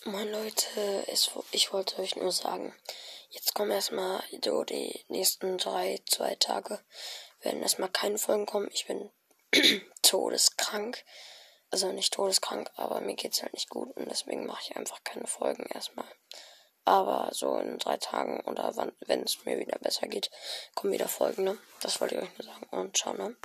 Moin Leute, ich wollte euch nur sagen, jetzt kommen erstmal so die nächsten 2 Tage, werden erstmal keine Folgen kommen. Ich bin todeskrank, also nicht todeskrank, aber mir geht's halt nicht gut und deswegen mache ich einfach keine Folgen erstmal. Aber so in 3 Tagen oder wenn es mir wieder besser geht, kommen wieder Folgen, ne? Das wollte ich euch nur sagen und ciao, ne?